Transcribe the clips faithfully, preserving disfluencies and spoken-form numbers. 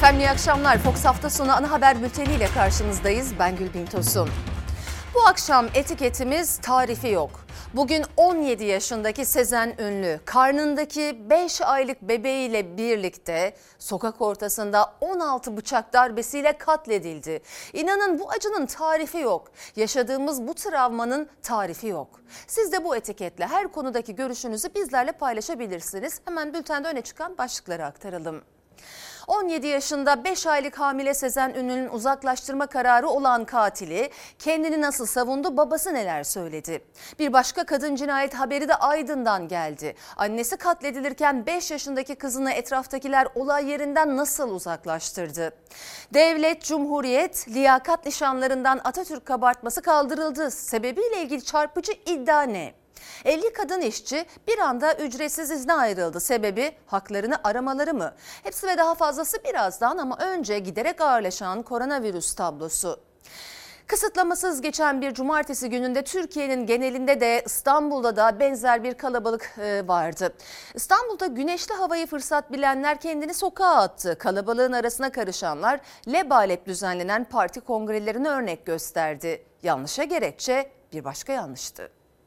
Efendim iyi akşamlar. Fox hafta sonu ana haber bülteniyle karşınızdayız. Ben Gülbin Tosun. Bu akşam etiketimiz tarifi yok. Bugün on yedi yaşındaki Sezen Ünlü karnındaki beş aylık bebeğiyle birlikte sokak ortasında on altı bıçak darbesiyle katledildi. İnanın bu acının tarifi yok. Yaşadığımız bu travmanın tarifi yok. Siz de bu etiketle her konudaki görüşünüzü bizlerle paylaşabilirsiniz. Hemen bültende öne çıkan başlıkları aktaralım. on yedi yaşında beş aylık hamile Sezen Ünlü'nün uzaklaştırma kararı olan katili kendini nasıl savundu, babası neler söyledi? Bir başka kadın cinayet haberi de Aydın'dan geldi. Annesi katledilirken beş yaşındaki kızını etraftakiler olay yerinden nasıl uzaklaştırdı? Devlet, Cumhuriyet, liyakat nişanlarından Atatürk kabartması kaldırıldı. Sebebiyle ilgili çarpıcı iddia ne? elli kadın işçi bir anda ücretsiz izne ayrıldı. Sebebi haklarını aramaları mı? Hepsi ve daha fazlası birazdan ama önce giderek ağırlaşan koronavirüs tablosu. Kısıtlamasız geçen bir cumartesi gününde Türkiye'nin genelinde de İstanbul'da da benzer bir kalabalık vardı. İstanbul'da güneşli havayı fırsat bilenler kendini sokağa attı. Kalabalığın arasına karışanlar lebalep düzenlenen parti kongrelerine örnek gösterdi. Yanlışa gerekçe bir başka yanlıştı.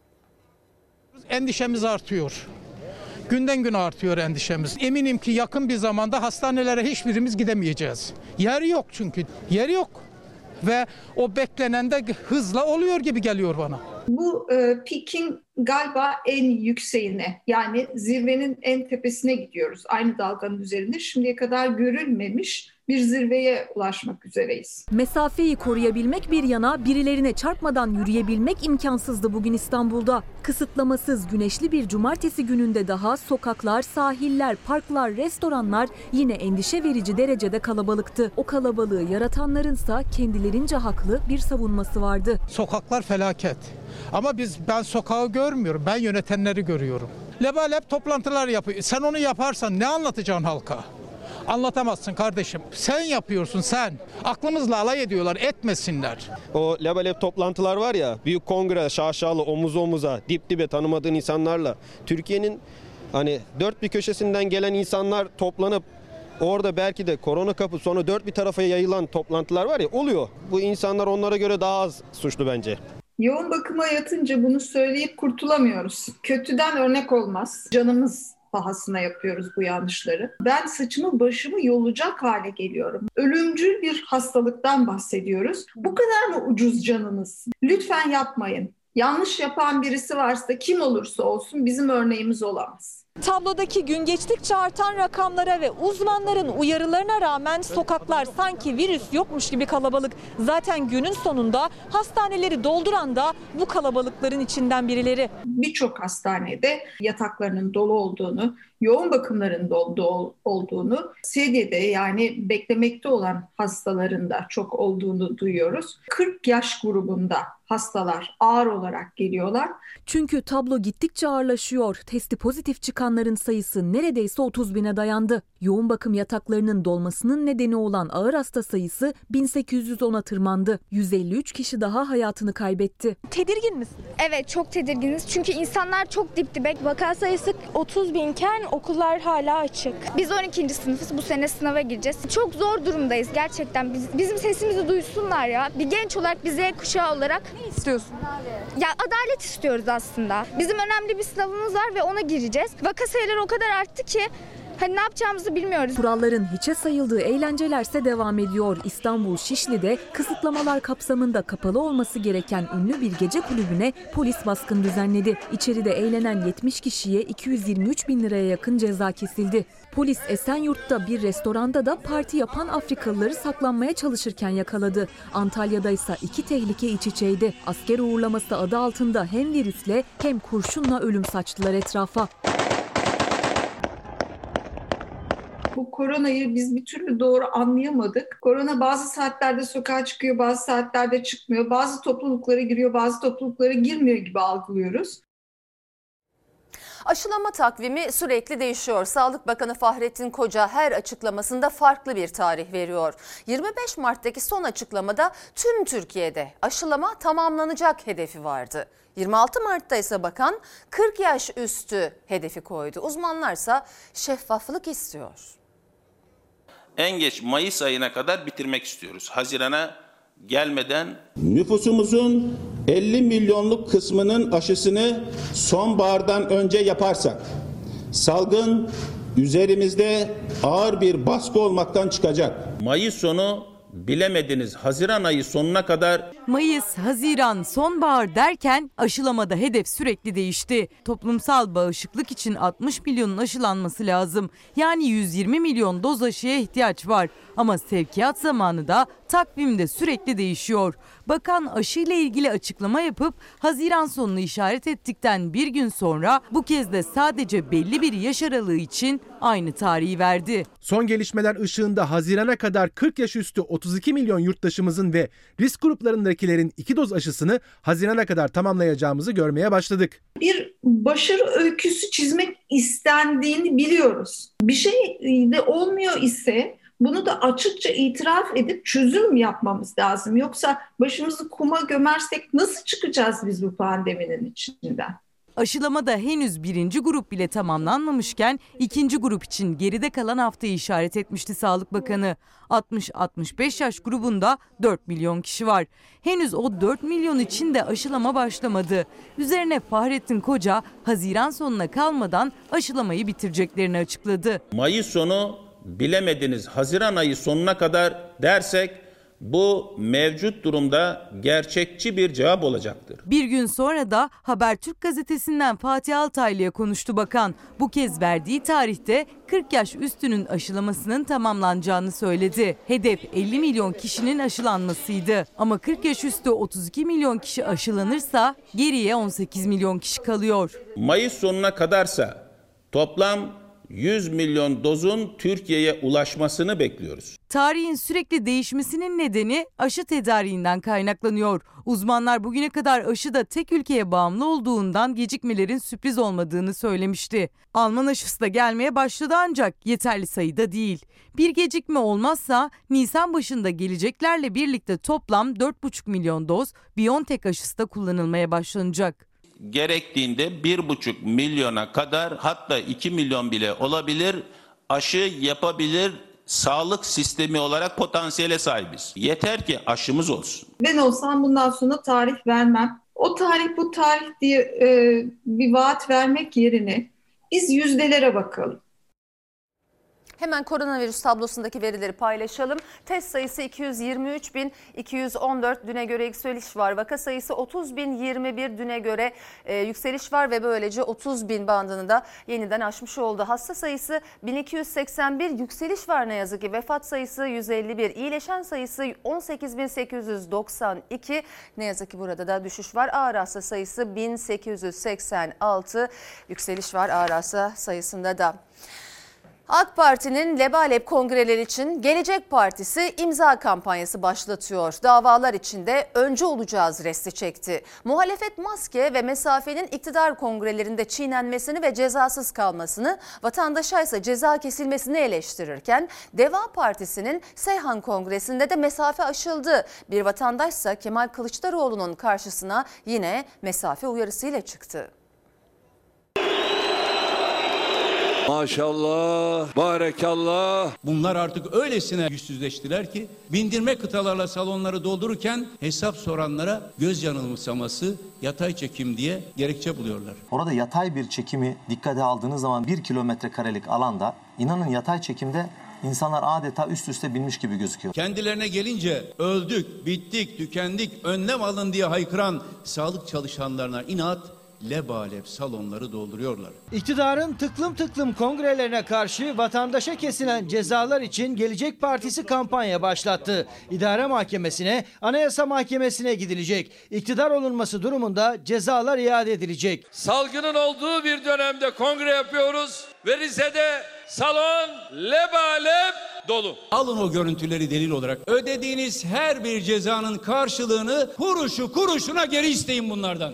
Endişemiz artıyor. Günden güne artıyor endişemiz. Eminim ki yakın bir zamanda hastanelere hiçbirimiz gidemeyeceğiz. Yer yok çünkü. Yer yok. Ve o beklenen de hızla oluyor gibi geliyor bana. Bu e, pikin galiba en yükseğine, yani zirvenin en tepesine gidiyoruz. Aynı dalganın üzerinde şimdiye kadar görülmemiş bir zirveye ulaşmak üzereyiz. Mesafeyi koruyabilmek bir yana birilerine çarpmadan yürüyebilmek imkansızdı bugün İstanbul'da. Kısıtlamasız güneşli bir cumartesi gününde daha sokaklar, sahiller, parklar, restoranlar yine endişe verici derecede kalabalıktı. O kalabalığı yaratanlarınsa kendilerince haklı bir savunması vardı. Sokaklar felaket. Ama biz ben sokağı görmüyorum. Ben yönetenleri görüyorum. Lebalep toplantılar yapıyor. Sen onu yaparsan ne anlatacaksın halka? Anlatamazsın kardeşim. Sen yapıyorsun sen. Aklımızla alay ediyorlar, etmesinler. O lebalep toplantılar var ya, büyük kongre, şaşalı, omuz omuza, dip dibe tanımadığın insanlarla. Türkiye'nin hani dört bir köşesinden gelen insanlar toplanıp orada belki de korona kapı sonra dört bir tarafa yayılan toplantılar var ya, oluyor. Bu insanlar onlara göre daha az suçlu bence. Yoğun bakıma yatınca bunu söyleyip kurtulamıyoruz. Kötüden örnek olmaz. Canımız pahasına yapıyoruz bu yanlışları. Ben saçımı başımı yolacak hale geliyorum. Ölümcül bir hastalıktan bahsediyoruz. Bu kadar mı ucuz canınız? Lütfen yapmayın. Yanlış yapan birisi varsa kim olursa olsun bizim örneğimiz olamaz. Tablodaki gün geçtikçe artan rakamlara ve uzmanların uyarılarına rağmen sokaklar sanki virüs yokmuş gibi kalabalık. Zaten günün sonunda hastaneleri dolduran da bu kalabalıkların içinden birileri. Birçok hastanede yataklarının dolu olduğunu, yoğun bakımların dolu olduğunu, sedyede yani beklemekte olan hastaların da çok olduğunu duyuyoruz. kırk yaş grubunda hastalar ağır olarak geliyorlar. Çünkü tablo gittikçe ağırlaşıyor. Testi pozitif çıkanların sayısı neredeyse otuz bine dayandı. Yoğun bakım yataklarının dolmasının nedeni olan ağır hasta sayısı bin sekiz yüz ona tırmandı. yüz elli üç kişi daha hayatını kaybetti. Tedirgin misin? Evet, çok tedirginiz. Çünkü insanlar çok dip dibe. Vaka sayısı otuz binken okullar hala açık. Biz on ikinci sınıfız. Bu sene sınava gireceğiz. Çok zor durumdayız gerçekten. Biz, bizim sesimizi duysunlar ya. Bir genç olarak, bir Z kuşağı olarak. Ne istiyorsun? Ya adalet istiyoruz aslında. Bizim önemli bir sınavımız var ve ona gireceğiz. Vaka sayıları o kadar arttı ki hani ne yapacağımızı bilmiyoruz. Kuralların hiçe sayıldığı eğlencelerse devam ediyor. İstanbul Şişli'de kısıtlamalar kapsamında kapalı olması gereken ünlü bir gece kulübüne polis baskın düzenledi. İçeride eğlenen yetmiş kişiye iki yüz yirmi üç bin liraya yakın ceza kesildi. Polis Esenyurt'ta bir restoranda da parti yapan Afrikalıları saklanmaya çalışırken yakaladı. Antalya'da ise iki tehlike iç içeydi. Asker uğurlaması adı altında hem virüsle hem kurşunla ölüm saçtılar etrafa. Bu koronayı biz bir türlü doğru anlayamadık. Korona bazı saatlerde sokağa çıkıyor, bazı saatlerde çıkmıyor. Bazı topluluklara giriyor, bazı topluluklara girmiyor gibi algılıyoruz. Aşılama takvimi sürekli değişiyor. Sağlık Bakanı Fahrettin Koca her açıklamasında farklı bir tarih veriyor. yirmi beş Mart'taki son açıklamada tüm Türkiye'de aşılama tamamlanacak hedefi vardı. yirmi altı Mart'ta ise bakan kırk yaş üstü hedefi koydu. Uzmanlarsa şeffaflık istiyor. en geç Mayıs ayına kadar bitirmek istiyoruz. Hazirana gelmeden. Nüfusumuzun elli milyonluk kısmının aşısını sonbahardan önce yaparsak salgın üzerimizde ağır bir baskı olmaktan çıkacak. Mayıs sonu bilemediniz Haziran ayı sonuna kadar. Mayıs, Haziran, sonbahar derken aşılamada hedef sürekli değişti. Toplumsal bağışıklık için altmış milyonun aşılanması lazım. Yani yüz yirmi milyon doz aşıya ihtiyaç var. Ama sevkiyat zamanı da takvimde sürekli değişiyor. Bakan aşıyla ilgili açıklama yapıp Haziran sonunu işaret ettikten bir gün sonra bu kez de sadece belli bir yaş aralığı için aynı tarihi verdi. Son gelişmeler ışığında Haziran'a kadar kırk yaş üstü otuz iki milyon yurttaşımızın ve risk gruplarındakilerin iki doz aşısını Haziran'a kadar tamamlayacağımızı görmeye başladık. Bir başarı öyküsü çizmek istendiğini biliyoruz. Bir şey de olmuyor ise bunu da açıkça itiraf edip çözüm yapmamız lazım. Yoksa başımızı kuma gömersek nasıl çıkacağız biz bu pandeminin içinden? Aşılamada henüz birinci grup bile tamamlanmamışken ikinci grup için geride kalan haftayı işaret etmişti Sağlık Bakanı. altmış altmış beş yaş grubunda dört milyon kişi var. Henüz o dört milyon için de aşılama başlamadı. Üzerine Fahrettin Koca Haziran sonuna kalmadan aşılamayı bitireceklerini açıkladı. Mayıs sonu bilemediniz Haziran ayı sonuna kadar dersek bu mevcut durumda gerçekçi bir cevap olacaktır. Bir gün sonra da Habertürk gazetesinden Fatih Altaylı'ya konuştu bakan. Bu kez verdiği tarihte kırk yaş üstünün aşılamasının tamamlanacağını söyledi. Hedef elli milyon kişinin aşılanmasıydı. Ama kırk yaş üstü otuz iki milyon kişi aşılanırsa geriye on sekiz milyon kişi kalıyor. Mayıs sonuna kadarsa toplam yüz milyon dozun Türkiye'ye ulaşmasını bekliyoruz. Tarihin sürekli değişmesinin nedeni aşı tedariğinden kaynaklanıyor. Uzmanlar bugüne kadar aşıda tek ülkeye bağımlı olduğundan gecikmelerin sürpriz olmadığını söylemişti. Alman aşısı da gelmeye başladı ancak yeterli sayıda değil. Bir gecikme olmazsa Nisan başında geleceklerle birlikte toplam dört buçuk milyon doz BioNTech aşısı da kullanılmaya başlanacak. Gerektiğinde bir buçuk milyona kadar hatta iki milyon bile olabilir aşı yapabilir sağlık sistemi olarak potansiyele sahibiz. Yeter ki aşımız olsun. Ben olsam bundan sonra tarih vermem. O tarih bu tarih diye e, bir vaat vermek yerine biz yüzdelere bakalım. Hemen koronavirüs tablosundaki verileri paylaşalım. Test sayısı iki yüz yirmi üç bin iki yüz on dört, düne göre yükseliş var. Vaka sayısı otuz bin yirmi bir, düne göre e, yükseliş var ve böylece otuz bin bandını da yeniden aşmış oldu. Hasta sayısı bin iki yüz seksen bir, yükseliş var ne yazık ki. Vefat sayısı yüz elli bir, iyileşen sayısı on sekiz bin sekiz yüz doksan iki. Ne yazık ki burada da düşüş var. Ağır hasta sayısı bin sekiz yüz seksen altı, yükseliş var ağır hasta sayısında da. AK Parti'nin Lebalep kongreleri için Gelecek Partisi imza kampanyası başlatıyor. Davalar içinde öncü olacağız resti çekti. Muhalefet maske ve mesafenin iktidar kongrelerinde çiğnenmesini ve cezasız kalmasını, vatandaşa ise ceza kesilmesini eleştirirken Deva Partisi'nin Seyhan Kongresi'nde de mesafe aşıldı. Bir vatandaşsa Kemal Kılıçdaroğlu'nun karşısına yine mesafe uyarısıyla çıktı. Maşallah, barekallah. Bunlar artık öylesine güçsüzleştiler ki bindirme kıtalarla salonları doldururken hesap soranlara göz yanılsaması, yatay çekim diye gerekçe buluyorlar. Orada yatay bir çekimi dikkate aldığınız zaman bir kilometre karelik alanda inanın yatay çekimde insanlar adeta üst üste binmiş gibi gözüküyor. Kendilerine gelince öldük, bittik, tükendik, önlem alın diye haykıran sağlık çalışanlarına inat, lebalep salonları dolduruyorlar. İktidarın tıklım tıklım kongrelerine karşı vatandaşa kesilen cezalar için Gelecek Partisi kampanya başlattı. İdare Mahkemesi'ne, Anayasa Mahkemesi'ne gidilecek. İktidar olunması durumunda cezalar iade edilecek. Salgının olduğu bir dönemde kongre yapıyoruz ve Rize'de salon lebalep dolu. Alın o görüntüleri delil olarak. Ödediğiniz her bir cezanın karşılığını kuruşu kuruşuna geri isteyin bunlardan.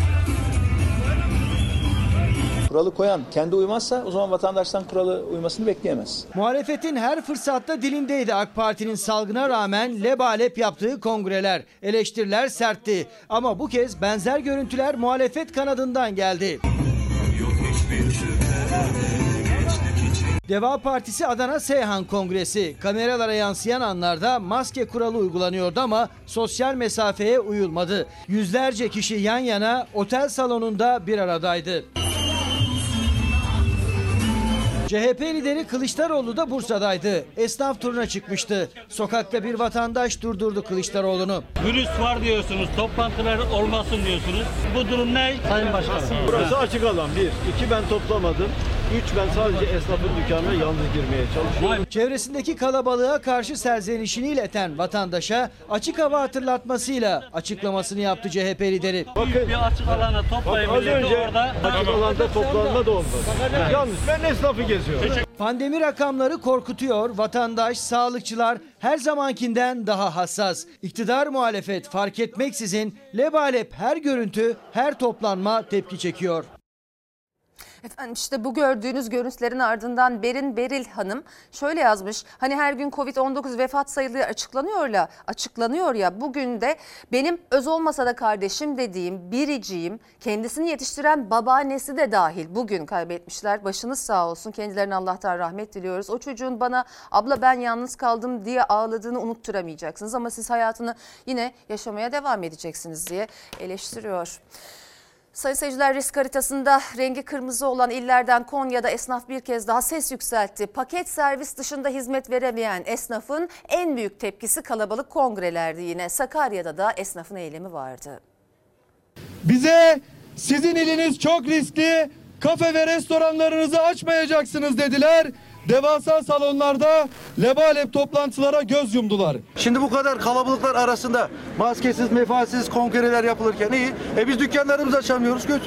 Kuralı koyan kendi uymazsa o zaman vatandaştan kuralı uymasını bekleyemez. Muhalefetin her fırsatta dilindeydi AK Parti'nin salgına rağmen lebalep yaptığı kongreler. Eleştiriler sertti ama bu kez benzer görüntüler muhalefet kanadından geldi. Deva Partisi Adana Seyhan Kongresi. Kameralara yansıyan anlarda maske kuralı uygulanıyordu ama sosyal mesafeye uyulmadı. Yüzlerce kişi yan yana otel salonunda bir aradaydı. C H P lideri Kılıçdaroğlu da Bursa'daydı. Esnaf turuna çıkmıştı. Sokakta bir vatandaş durdurdu Kılıçdaroğlu'nu. Virüs var diyorsunuz, toplantılar olmasın diyorsunuz. Bu durum ne Sayın Başkanım? Burası açık alan. Bir. İki, ben toplamadım. Üç, ben sadece esnafın dükkanına yalnız girmeye çalışıyorum. Çevresindeki kalabalığa karşı serzenişini ileten vatandaşa açık hava hatırlatmasıyla açıklamasını yaptı C H P lideri. Bakın, bir açık alana toplayın az önce orada. açık alanda toplanma da olmaz. Yalnız ben esnafı geziyorum. Pandemi rakamları korkutuyor. Vatandaş, sağlıkçılar her zamankinden daha hassas. İktidar muhalefet fark etmeksizin lebalep her görüntü, her toplanma tepki çekiyor. Efendim işte bu gördüğünüz görüntülerin ardından Berin Beril Hanım şöyle yazmış. Hani her gün Covid on dokuz vefat sayıları açıklanıyor ya, açıklanıyor ya bugün de benim öz olmasa da kardeşim dediğim biriciğim, kendisini yetiştiren babaannesi de dahil bugün kaybetmişler. Başınız sağ olsun, kendilerine Allah'tan rahmet diliyoruz. O çocuğun bana abla ben yalnız kaldım diye ağladığını unutturamayacaksınız ama siz hayatını yine yaşamaya devam edeceksiniz diye eleştiriyor. Sayın seyirciler, risk haritasında rengi kırmızı olan illerden Konya'da esnaf bir kez daha ses yükseltti. Paket servis dışında hizmet veremeyen esnafın en büyük tepkisi kalabalık kongrelerdi yine. Sakarya'da da esnafın eylemi vardı. Bize sizin iliniz çok riskli, kafe ve restoranlarınızı açmayacaksınız dediler. Devasa salonlarda lebalep toplantılara göz yumdular. Şimdi bu kadar kalabalıklar arasında maskesiz, mefasiz kongreler yapılırken iyi. E biz dükkanlarımızı açamıyoruz, kötü.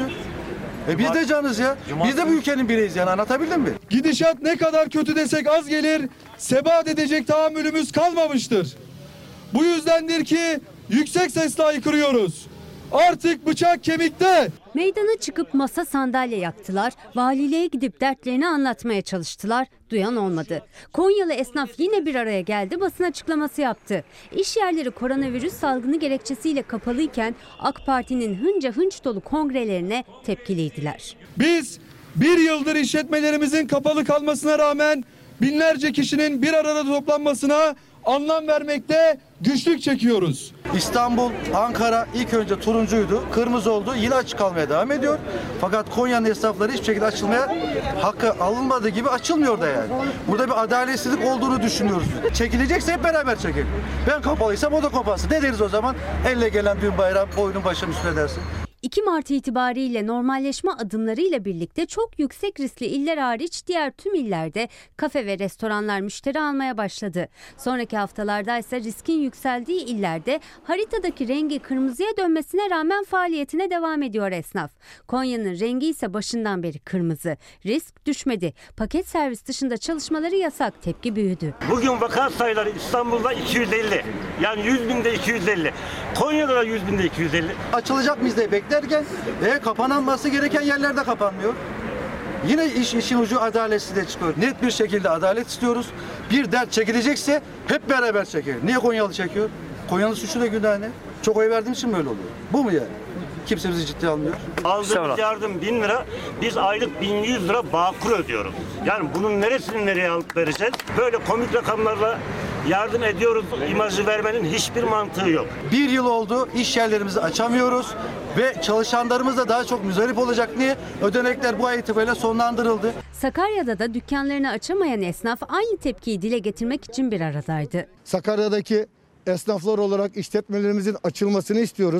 E biz de canız ya. Biz de bu ülkenin bireyiz yani, anlatabildim mi? Gidişat ne kadar kötü desek az gelir, sebat edecek tahammülümüz kalmamıştır. Bu yüzdendir ki yüksek sesle haykırıyoruz. Artık bıçak kemikte. Meydana çıkıp masa sandalye yaktılar, valiliğe gidip dertlerini anlatmaya çalıştılar, duyan olmadı. Konyalı esnaf yine bir araya geldi, basın açıklaması yaptı. İş yerleri koronavirüs salgını gerekçesiyle kapalıyken AK Parti'nin hınca hınç dolu kongrelerine tepkiliydiler. Biz bir yıldır işletmelerimizin kapalı kalmasına rağmen binlerce kişinin bir arada toplanmasına anlam vermekte güçlük çekiyoruz. İstanbul, Ankara ilk önce turuncuydu, kırmızı oldu, yine açık kalmaya devam ediyor. Fakat Konya'nın esnafları hiçbir şekilde açılmaya hakkı alınmadığı gibi açılmıyor da yani. Burada bir adaletsizlik olduğunu düşünüyoruz. Çekilecekse hep beraber çekelim. Ben kapalıysam o da kapansın. Ne deriz o zaman? Elle gelen düğün bayram boynun başım üstüne dersin. iki Mart itibariyle normalleşme adımlarıyla birlikte çok yüksek riskli iller hariç diğer tüm illerde kafe ve restoranlar müşteri almaya başladı. Sonraki haftalarda ise riskin yükseldiği illerde haritadaki rengi kırmızıya dönmesine rağmen faaliyetine devam ediyor esnaf. Konya'nın rengi ise başından beri kırmızı. Risk düşmedi. Paket servis dışında çalışmaları yasak. Tepki büyüdü. Bugün vaka sayıları İstanbul'da iki yüz elli. Yani yüz binde iki yüz elli. Konya'da da yüz binde iki yüz elli. Açılacak mıyız diye beklerken e, kapanması gereken yerlerde kapanmıyor. Yine iş işin ucu adaletsizliğe çıkıyor. Net bir şekilde adalet istiyoruz. Bir dert çekilecekse hep beraber çekelim. Niye Konyalı çekiyor? Konyalı suçu da günah ne? Çok oy verdiğim için böyle oluyor. Bu mu yani? Kimse bizi ciddiye almıyor. Aldığımız yardım bin lira, biz aylık bin yüz lira bağkur ödüyoruz. Yani bunun neresini nereye alıp vereceğiz? Böyle komik rakamlarla yardım ediyoruz imajı vermenin hiçbir mantığı yok. Bir yıl oldu, iş yerlerimizi açamıyoruz ve çalışanlarımız da daha çok müzdarip olacak. Niye? Ödenekler bu ay itibariyle sonlandırıldı. Sakarya'da da dükkanlarını açamayan esnaf aynı tepkiyi dile getirmek için bir aradaydı. Sakarya'daki esnaflar olarak işletmelerimizin açılmasını istiyoruz.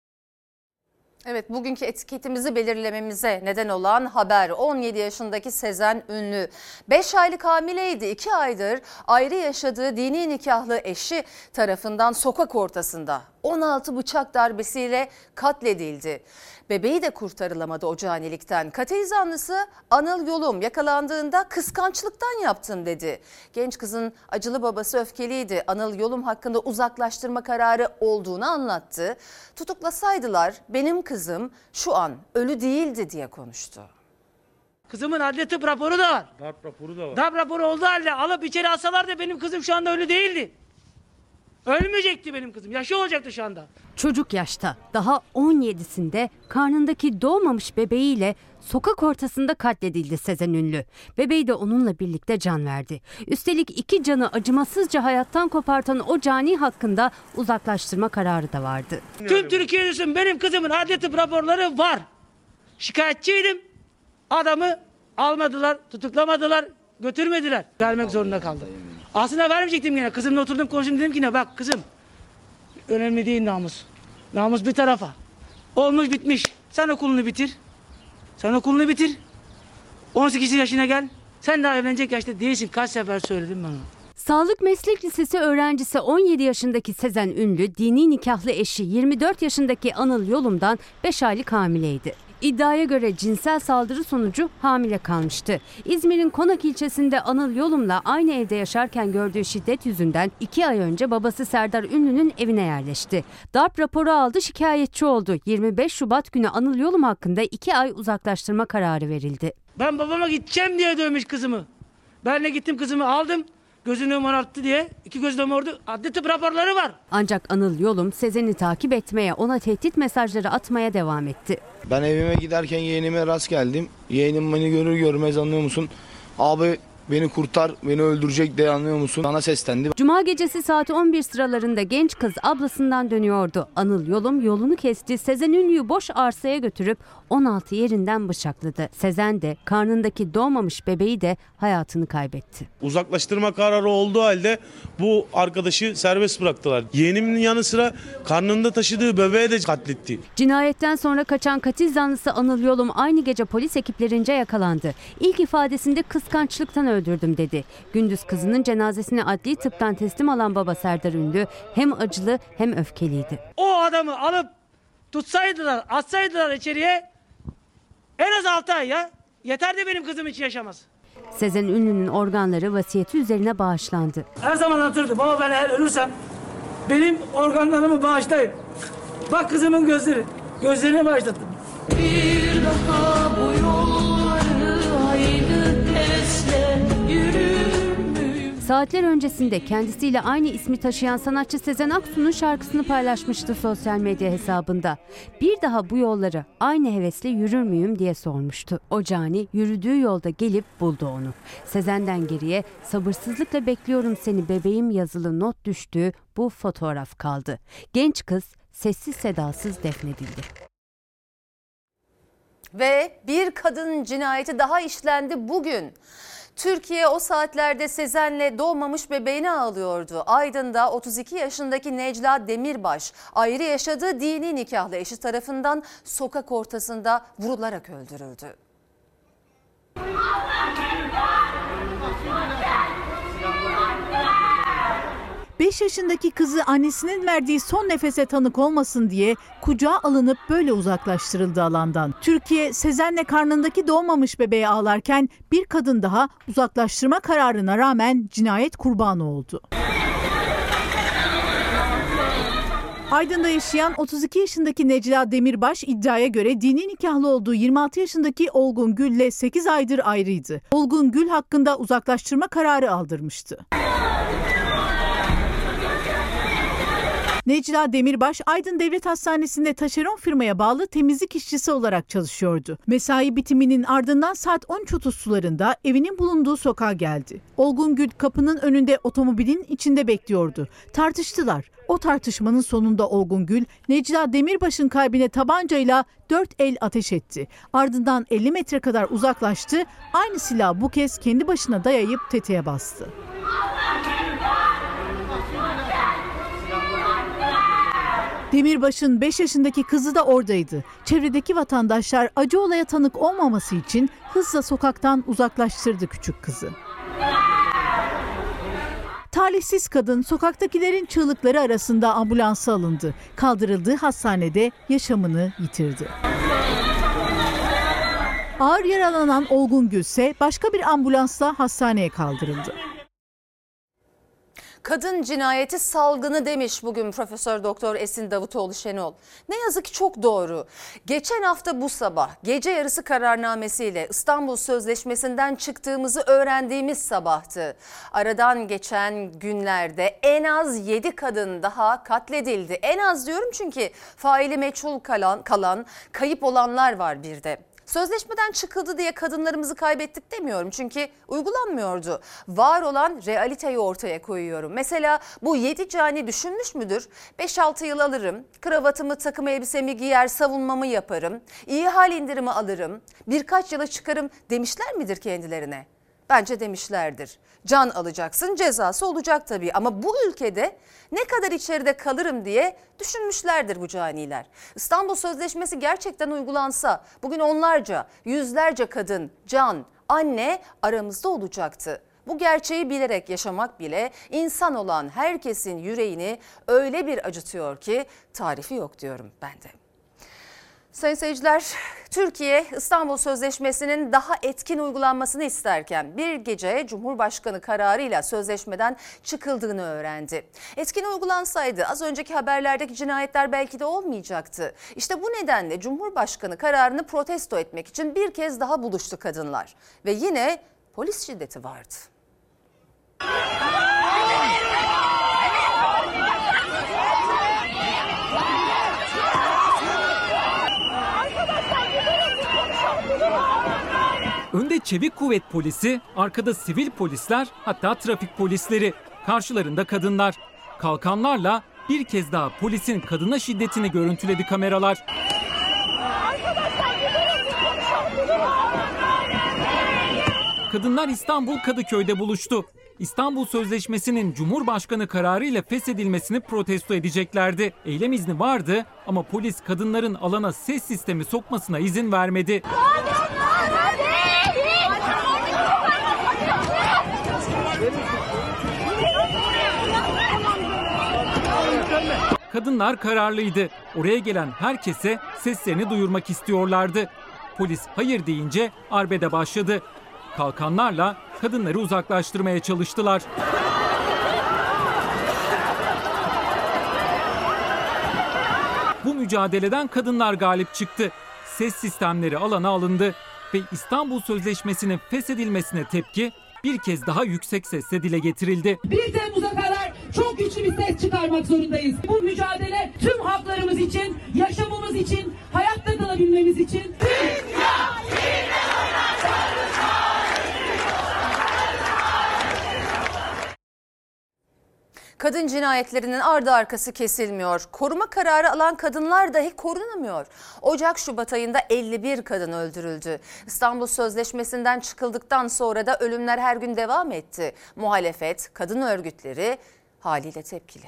Evet, bugünkü etiketimizi belirlememize neden olan haber on yedi yaşındaki Sezen Ünlü. beş aylık hamileydi. iki aydır ayrı yaşadığı dini nikahlı eşi tarafından sokak ortasında on altı bıçak darbesiyle katledildi. Bebeği de kurtarılamadı o canilikten. Katil zanlısı Anıl Yolum yakalandığında kıskançlıktan yaptım dedi. Genç kızın acılı babası öfkeliydi. Anıl Yolum hakkında uzaklaştırma kararı olduğunu anlattı. Tutuklasaydılar benim kızım şu an ölü değildi diye konuştu. Kızımın adli tıp raporu da var. Darp raporu da var. Darp raporu olduğu halde alıp içeri alsalar da benim kızım şu anda ölü değildi. Ölmeyecekti benim kızım. Yaşı olacaktı şu anda. Çocuk yaşta, daha on yedisinde karnındaki doğmamış bebeğiyle sokak ortasında katledildi Sezen Ünlü. Bebeği de onunla birlikte can verdi. Üstelik iki canı acımasızca hayattan kopartan o cani hakkında uzaklaştırma kararı da vardı. Tüm Türkiye düşünsün, benim kızımın adli tıp raporları var. Şikayetçiydim. Adamı almadılar, tutuklamadılar, götürmediler. Vermek zorunda kaldı. Aslında vermeyecektim yine. Kızımla oturdum konuştum, dedim ki ne bak kızım. Önemli değil namus. Namus bir tarafa. Olmuş bitmiş. Sen okulunu bitir. Sen okulunu bitir. on sekiz yaşına gel. Sen daha evlenecek yaşta değilsin. Kaç sefer söyledim bana. Sağlık Meslek Lisesi öğrencisi on yedi yaşındaki Sezen Ünlü, dini nikahlı eşi yirmi dört yaşındaki Anıl Yolum'dan beş aylık hamileydi. İddiaya göre cinsel saldırı sonucu hamile kalmıştı. İzmir'in Konak ilçesinde Anıl Yolum'la aynı evde yaşarken gördüğü şiddet yüzünden iki ay önce babası Serdar Ünlü'nün evine yerleşti. Darp raporu aldı, şikayetçi oldu. yirmi beş Şubat günü Anıl Yolum hakkında iki ay uzaklaştırma kararı verildi. Ben babama gideceğim diye dövmüş kızımı. Ben de gittim kızımı aldım. Gözünü morarttı diye iki gözü de mordu. Adli tıp raporları var. Ancak Anıl Yolum Sezen'i takip etmeye, ona tehdit mesajları atmaya devam etti. Ben evime giderken yeğenime rast geldim. Yeğenim beni görür görmez anlıyor musun? Abi beni kurtar, beni öldürecek diye anlıyor musun? Bana seslendi. Cuma gecesi saat on bir sıralarında genç kız ablasından dönüyordu. Anıl Yolum yolunu kesti. Sezen Ünlü'yü boş arsaya götürüp on altı yerinden bıçakladı. Sezen de karnındaki doğmamış bebeği de hayatını kaybetti. Uzaklaştırma kararı olduğu halde bu arkadaşı serbest bıraktılar. Yeğenimin yanı sıra karnında taşıdığı bebeği de katletti. Cinayetten sonra kaçan katil zanlısı Anıl Yolum aynı gece polis ekiplerince yakalandı. İlk ifadesinde kıskançlıktan öldürdüm dedi. Gündüz kızının cenazesini adli tıptan teslim alan baba Serdar Ünlü hem acılı hem öfkeliydi. O adamı alıp tutsaydılar, atsaydılar içeriye en az altı ay ya. Yeter de benim kızım hiç yaşamaz. Sezen Ünlü'nün organları vasiyeti üzerine bağışlandı. Her zaman hatırladım ama ben eğer ölürsem benim organlarımı bağışlayın. Bak kızımın gözleri. Gözlerini bağışladım. Bir daha bu yolları aynı hevesle yürür müyüm? Saatler öncesinde kendisiyle aynı ismi taşıyan sanatçı Sezen Aksu'nun şarkısını paylaşmıştı sosyal medya hesabında. Bir daha bu yolları aynı hevesle yürür müyüm diye sormuştu. O cani yürüdüğü yolda gelip buldu onu. Sezen'den geriye sabırsızlıkla bekliyorum seni bebeğim yazılı not düştüğü bu fotoğraf kaldı. Genç kız sessiz sedasız defnedildi. Ve bir kadın cinayeti daha işlendi bugün. Türkiye o saatlerde Sezen'le doğmamış bebeğini ağlıyordu. Aydın'da otuz iki yaşındaki Necla Demirbaş ayrı yaşadığı dini nikahlı eşi tarafından sokak ortasında vurularak öldürüldü. beş yaşındaki kızı annesinin verdiği son nefese tanık olmasın diye kucağa alınıp böyle uzaklaştırıldı alandan. Türkiye Sezen'le karnındaki doğmamış bebeği ağlarken bir kadın daha uzaklaştırma kararına rağmen cinayet kurbanı oldu. Aydın'da yaşayan otuz iki yaşındaki Necla Demirbaş iddiaya göre dini nikahlı olduğu yirmi altı yaşındaki Olgun Gül'le sekiz aydır ayrıydı. Olgun Gül hakkında uzaklaştırma kararı aldırmıştı. Necla Demirbaş, Aydın Devlet Hastanesi'nde taşeron firmaya bağlı temizlik işçisi olarak çalışıyordu. Mesai bitiminin ardından saat on üç otuz sularında evinin bulunduğu sokağa geldi. Olgun Gül kapının önünde otomobilin içinde bekliyordu. Tartıştılar. O tartışmanın sonunda Olgun Gül, Necla Demirbaş'ın kalbine tabancayla dört el ateş etti. Ardından elli metre kadar uzaklaştı. Aynı silahı bu kez kendi başına dayayıp tetiğe bastı. Demirbaş'ın beş yaşındaki kızı da oradaydı. Çevredeki vatandaşlar acı olaya tanık olmaması için hızla sokaktan uzaklaştırdı küçük kızı. Talihsiz kadın sokaktakilerin çığlıkları arasında ambulansa alındı. Kaldırıldığı hastanede yaşamını yitirdi. Ağır yaralanan Olgun Gül ise başka bir ambulansla hastaneye kaldırıldı. Kadın cinayeti salgını demiş bugün Profesör Doktor Esin Davutoğlu Şenol. Ne yazık ki çok doğru. Geçen hafta bu sabah gece yarısı kararnamesiyle İstanbul Sözleşmesi'nden çıktığımızı öğrendiğimiz sabahtı. Aradan geçen günlerde en az yedi kadın daha katledildi. En az diyorum çünkü faili meçhul kalan, kalan kayıp olanlar var bir de. Sözleşmeden çıkıldı diye kadınlarımızı kaybettik demiyorum çünkü uygulanmıyordu. Var olan realiteyi ortaya koyuyorum. Mesela bu yedi cani düşünmüş müdür? beş altı yıl alırım, kravatımı takım elbisemi giyer savunmamı yaparım, iyi hal indirimi alırım, birkaç yıla çıkarım demişler midir kendilerine? Bence demişlerdir. Can alacaksın, cezası olacak tabii ama bu ülkede ne kadar içeride kalırım diye düşünmüşlerdir bu caniler. İstanbul Sözleşmesi gerçekten uygulansa bugün onlarca, yüzlerce kadın, can, anne aramızda olacaktı. Bu gerçeği bilerek yaşamak bile insan olan herkesin yüreğini öyle bir acıtıyor ki tarifi yok diyorum ben de. Sayın seyirciler, Türkiye İstanbul Sözleşmesi'nin daha etkin uygulanmasını isterken bir gece Cumhurbaşkanı kararıyla sözleşmeden çıkıldığını öğrendi. Etkin uygulansaydı az önceki haberlerdeki cinayetler belki de olmayacaktı. İşte bu nedenle Cumhurbaşkanı kararını protesto etmek için bir kez daha buluştu kadınlar. Ve yine polis şiddeti vardı. Önde çevik kuvvet polisi, arkada sivil polisler, hatta trafik polisleri. Karşılarında kadınlar. Kalkanlarla bir kez daha polisin kadına şiddetini görüntüledi kameralar. Kadınlar İstanbul Kadıköy'de buluştu. İstanbul Sözleşmesi'nin Cumhurbaşkanı kararıyla feshedilmesini protesto edeceklerdi. Eylem izni vardı ama polis kadınların alana ses sistemi sokmasına izin vermedi. Kadınlar kararlıydı. Oraya gelen herkese seslerini duyurmak istiyorlardı. Polis hayır deyince arbede başladı. Kalkanlarla kadınları uzaklaştırmaya çalıştılar. Bu mücadeleden kadınlar galip çıktı. Ses sistemleri alana alındı ve İstanbul Sözleşmesi'nin feshedilmesine tepki bir kez daha yüksek sesle dile getirildi. bir Temmuz'a kadar çok güçlü bir ses çıkarmak zorundayız. Bu mücadele tüm haklarımız için, yaşamımız için, hayatta kalabilmemiz için. Kadın cinayetlerinin ardı arkası kesilmiyor. Koruma kararı alan kadınlar dahi korunamıyor. Ocak-Şubat ayında elli bir kadın öldürüldü. İstanbul Sözleşmesi'nden çıkıldıktan sonra da ölümler her gün devam etti. Muhalefet, kadın örgütleri haliyle tepkili.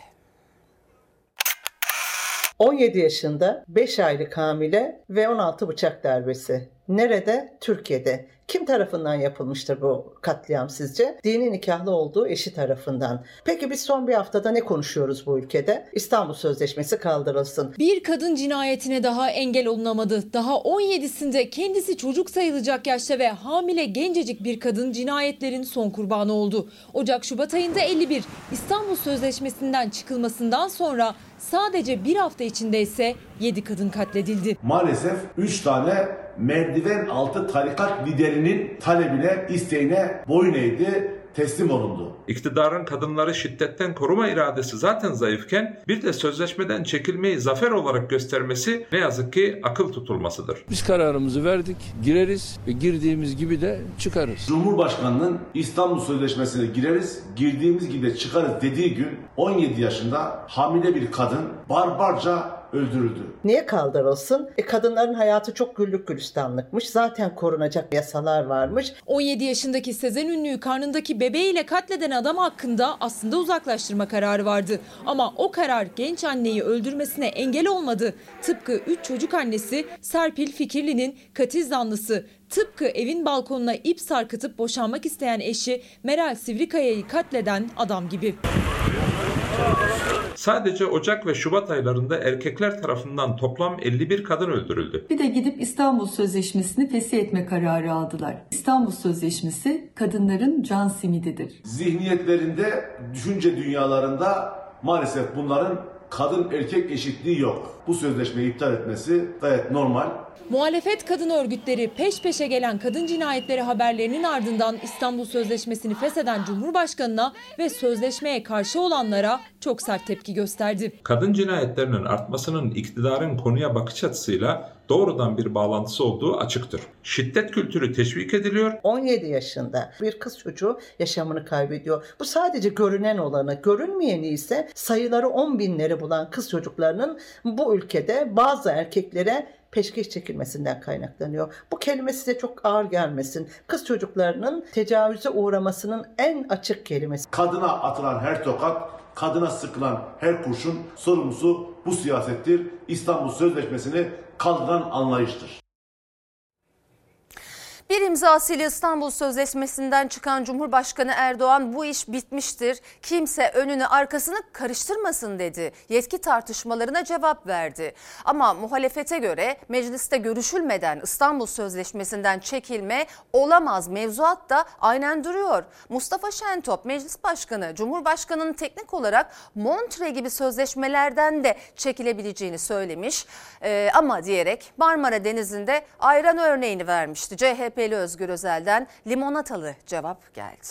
on yedi yaşında beş aylık hamile ve on altı bıçak darbesi. Nerede? Türkiye'de. Kim tarafından yapılmıştır bu katliam sizce? Dini nikahlı olduğu eşi tarafından. Peki biz son bir haftada ne konuşuyoruz bu ülkede? İstanbul Sözleşmesi kaldırılsın. Bir kadın cinayetine daha engel olunamadı. Daha on yedisinde kendisi çocuk sayılacak yaşta ve hamile gencecik bir kadın cinayetlerin son kurbanı oldu. Ocak-Şubat ayında elli bir. İstanbul Sözleşmesi'nden çıkılmasından sonra sadece bir hafta içinde ise yedi kadın katledildi. Maalesef üç tane merdiven altı tarikat liderinin talebine, isteğine boyun eğdi, teslim olundu. İktidarın kadınları şiddetten koruma iradesi zaten zayıfken bir de sözleşmeden çekilmeyi zafer olarak göstermesi ne yazık ki akıl tutulmasıdır. Biz kararımızı verdik, gireriz ve girdiğimiz gibi de çıkarız. Cumhurbaşkanının İstanbul Sözleşmesi'ne gireriz, girdiğimiz gibi de çıkarız dediği gün on yedi yaşında hamile bir kadın barbarca öldürüldü. Niye kaldırılsın? E kadınların hayatı çok güllük gülistanlıkmış. Zaten korunacak yasalar varmış. on yedi yaşındaki Sezen Ünlü'yü karnındaki bebeğiyle katleden adam hakkında aslında uzaklaştırma kararı vardı. Ama o karar genç anneyi öldürmesine engel olmadı. Tıpkı üç çocuk annesi Serpil Fikirli'nin katil zanlısı. Tıpkı evin balkonuna ip sarkıtıp boşanmak isteyen eşi Meral Sivrikaya'yı katleden adam gibi. Sadece Ocak ve Şubat aylarında erkekler tarafından toplam elli bir kadın öldürüldü. Bir de gidip İstanbul Sözleşmesi'ni fesih etme kararı aldılar. İstanbul Sözleşmesi kadınların can simididir. Zihniyetlerinde, düşünce dünyalarında maalesef bunların kadın erkek eşitliği yok. Bu sözleşmeyi iptal etmesi gayet normal. Muhalefet kadın örgütleri peş peşe gelen kadın cinayetleri haberlerinin ardından İstanbul Sözleşmesi'ni fesheden Cumhurbaşkanı'na ve sözleşmeye karşı olanlara çok sert tepki gösterdi. Kadın cinayetlerinin artmasının iktidarın konuya bakış açısıyla doğrudan bir bağlantısı olduğu açıktır. Şiddet kültürü teşvik ediliyor. on yedi yaşında bir kız çocuğu yaşamını kaybediyor. Bu sadece görünen olanı, görünmeyeni ise sayıları on binleri bulan kız çocuklarının bu ülkede bazı erkeklere peşkeş çekilmesinden kaynaklanıyor. Bu kelime size çok ağır gelmesin. Kız çocuklarının tecavüze uğramasının en açık kelimesi. Kadına atılan her tokat, kadına sıkılan her kurşun sorumlusu bu siyasettir. İstanbul Sözleşmesi'ni kaldıran anlayıştır. Bir imzasıyla İstanbul Sözleşmesi'nden çıkan Cumhurbaşkanı Erdoğan bu iş bitmiştir, kimse önünü arkasını karıştırmasın dedi. Yetki tartışmalarına cevap verdi. Ama muhalefete göre mecliste görüşülmeden İstanbul Sözleşmesi'nden çekilme olamaz, mevzuat da aynen duruyor. Mustafa Şentop Meclis Başkanı Cumhurbaşkanı'nın teknik olarak Montre gibi sözleşmelerden de çekilebileceğini söylemiş. Ee, ama diyerek Marmara Denizi'nde ayran örneğini vermişti. C H P Özgür Özel'den limonatalı cevap geldi.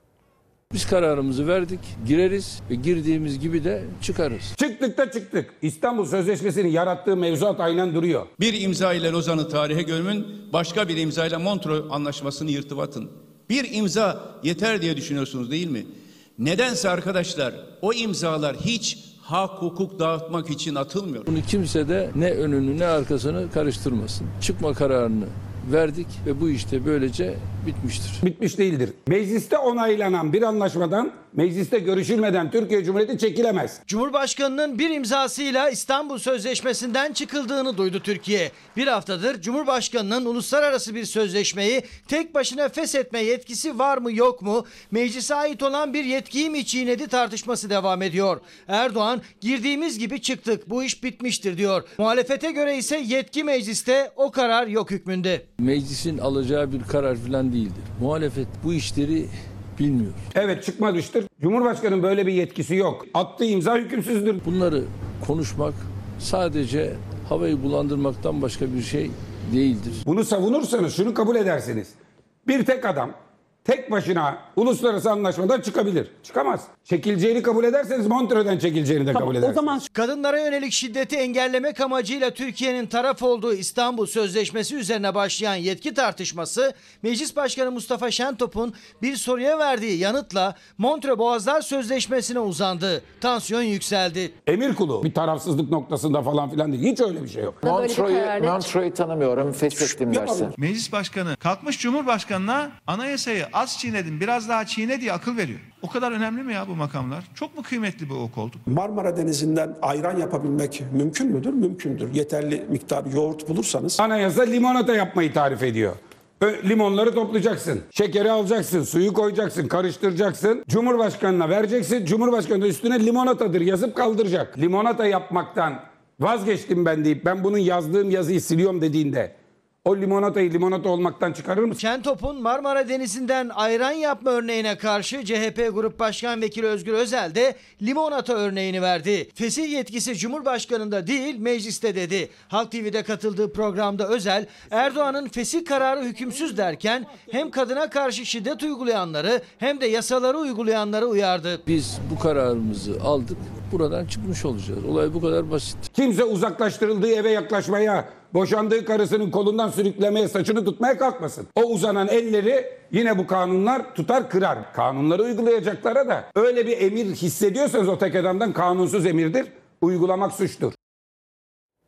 Biz kararımızı verdik, gireriz ve girdiğimiz gibi de çıkarız. Çıktık da çıktık. İstanbul Sözleşmesi'nin yarattığı mevzuat aynen duruyor. Bir imza ile Lozan'ı tarihe gömün, başka bir imza ile Montreux Anlaşması'nı yırtıp Bir imza yeter diye düşünüyorsunuz değil mi? Nedense arkadaşlar o imzalar hiç hak hukuk dağıtmak için atılmıyor. Bunu kimse de ne önünü ne arkasını karıştırmasın. Çıkma kararını verdik ve bu işte böylece bitmiştir. Bitmiş değildir. Mecliste onaylanan bir anlaşmadan mecliste görüşülmeden Türkiye Cumhuriyeti çekilemez. Cumhurbaşkanının bir imzasıyla İstanbul Sözleşmesi'nden çıkıldığını duydu Türkiye. Bir haftadır Cumhurbaşkanının uluslararası bir sözleşmeyi tek başına feshetme yetkisi var mı yok mu? Meclise ait olan bir yetkiyi mi çiğnedi tartışması devam ediyor. Erdoğan girdiğimiz gibi çıktık, bu iş bitmiştir diyor. Muhalefete göre ise yetki mecliste, o karar yok hükmünde. Meclisin alacağı bir karar falan değildir. Muhalefet bu işleri bilmiyor. Evet, çıkma düştür. Cumhurbaşkanının böyle bir yetkisi yok. Attığı imza hükümsüzdür. Bunları konuşmak sadece havayı bulandırmaktan başka bir şey değildir. Bunu savunursanız şunu kabul edersiniz. Bir tek adam tek başına uluslararası anlaşmadan çıkabilir. Çıkamaz. Çekileceğini kabul ederseniz Montreux'den çekileceğini de Tamam, kabul edersiniz. o zaman kadınlara yönelik şiddeti engellemek amacıyla Türkiye'nin taraf olduğu İstanbul Sözleşmesi üzerine başlayan yetki tartışması, Meclis Başkanı Mustafa Şentop'un bir soruya verdiği yanıtla Montreux Boğazlar Sözleşmesi'ne uzandı. Tansiyon yükseldi. Emir kulu bir tarafsızlık noktasında falan filan değil. Hiç öyle bir şey yok. Montreux'u Montreux'u tanımıyorum, feshettim dersin. Meclis Başkanı kalkmış Cumhurbaşkanı'na anayasayı az çiğnedin, biraz daha çiğne diye akıl veriyor. O kadar önemli mi ya bu makamlar? Çok mu kıymetli bir o koltuk? Marmara Denizi'nden ayran yapabilmek mümkün müdür? Mümkündür. Yeterli miktar yoğurt bulursanız. Anayasa limonata yapmayı tarif ediyor. Limonları toplayacaksın, şekeri alacaksın, suyu koyacaksın, karıştıracaksın, Cumhurbaşkanı'na vereceksin, Cumhurbaşkanı da üstüne limonatadır yazıp kaldıracak. Limonata yapmaktan vazgeçtim ben deyip ben bunun yazdığım yazıyı siliyorum dediğinde o limonatayı limonata olmaktan çıkarır mısın? Şentop'un Marmara Denizi'nden ayran yapma örneğine karşı C H P Grup Başkan Vekili Özgür Özel de limonata örneğini verdi. Fesih yetkisi Cumhurbaşkanı'nda değil mecliste dedi. Halk T V'de katıldığı programda Özel, Erdoğan'ın fesih kararı hükümsüz derken hem kadına karşı şiddet uygulayanları hem de yasaları uygulayanları uyardı. Biz bu kararımızı aldık, buradan çıkmış olacağız. Olay bu kadar basit. Kimse uzaklaştırıldığı eve yaklaşmaya, boşandığı karısının kolundan sürüklemeye, saçını tutmaya kalkmasın. O uzanan elleri yine bu kanunlar tutar kırar. Kanunları uygulayacaklara da öyle bir emir hissediyorsanız o tek adamdan kanunsuz emirdir. Uygulamak suçtur.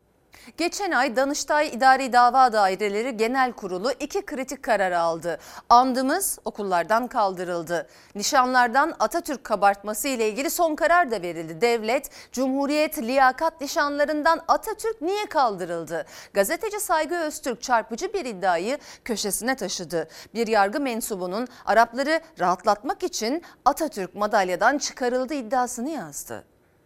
Geçen ay Danıştay İdari Dava Daireleri Genel Kurulu iki kritik karar aldı. Andımız okullardan kaldırıldı. Nişanlardan Atatürk kabartması ile ilgili son karar da verildi. Devlet, Cumhuriyet, liyakat nişanlarından Atatürk niye kaldırıldı? Gazeteci Saygı Öztürk çarpıcı bir iddiayı köşesine taşıdı. Bir yargı mensubunun Arapları rahatlatmak için Atatürk madalyadan çıkarıldı iddiasını yazdı.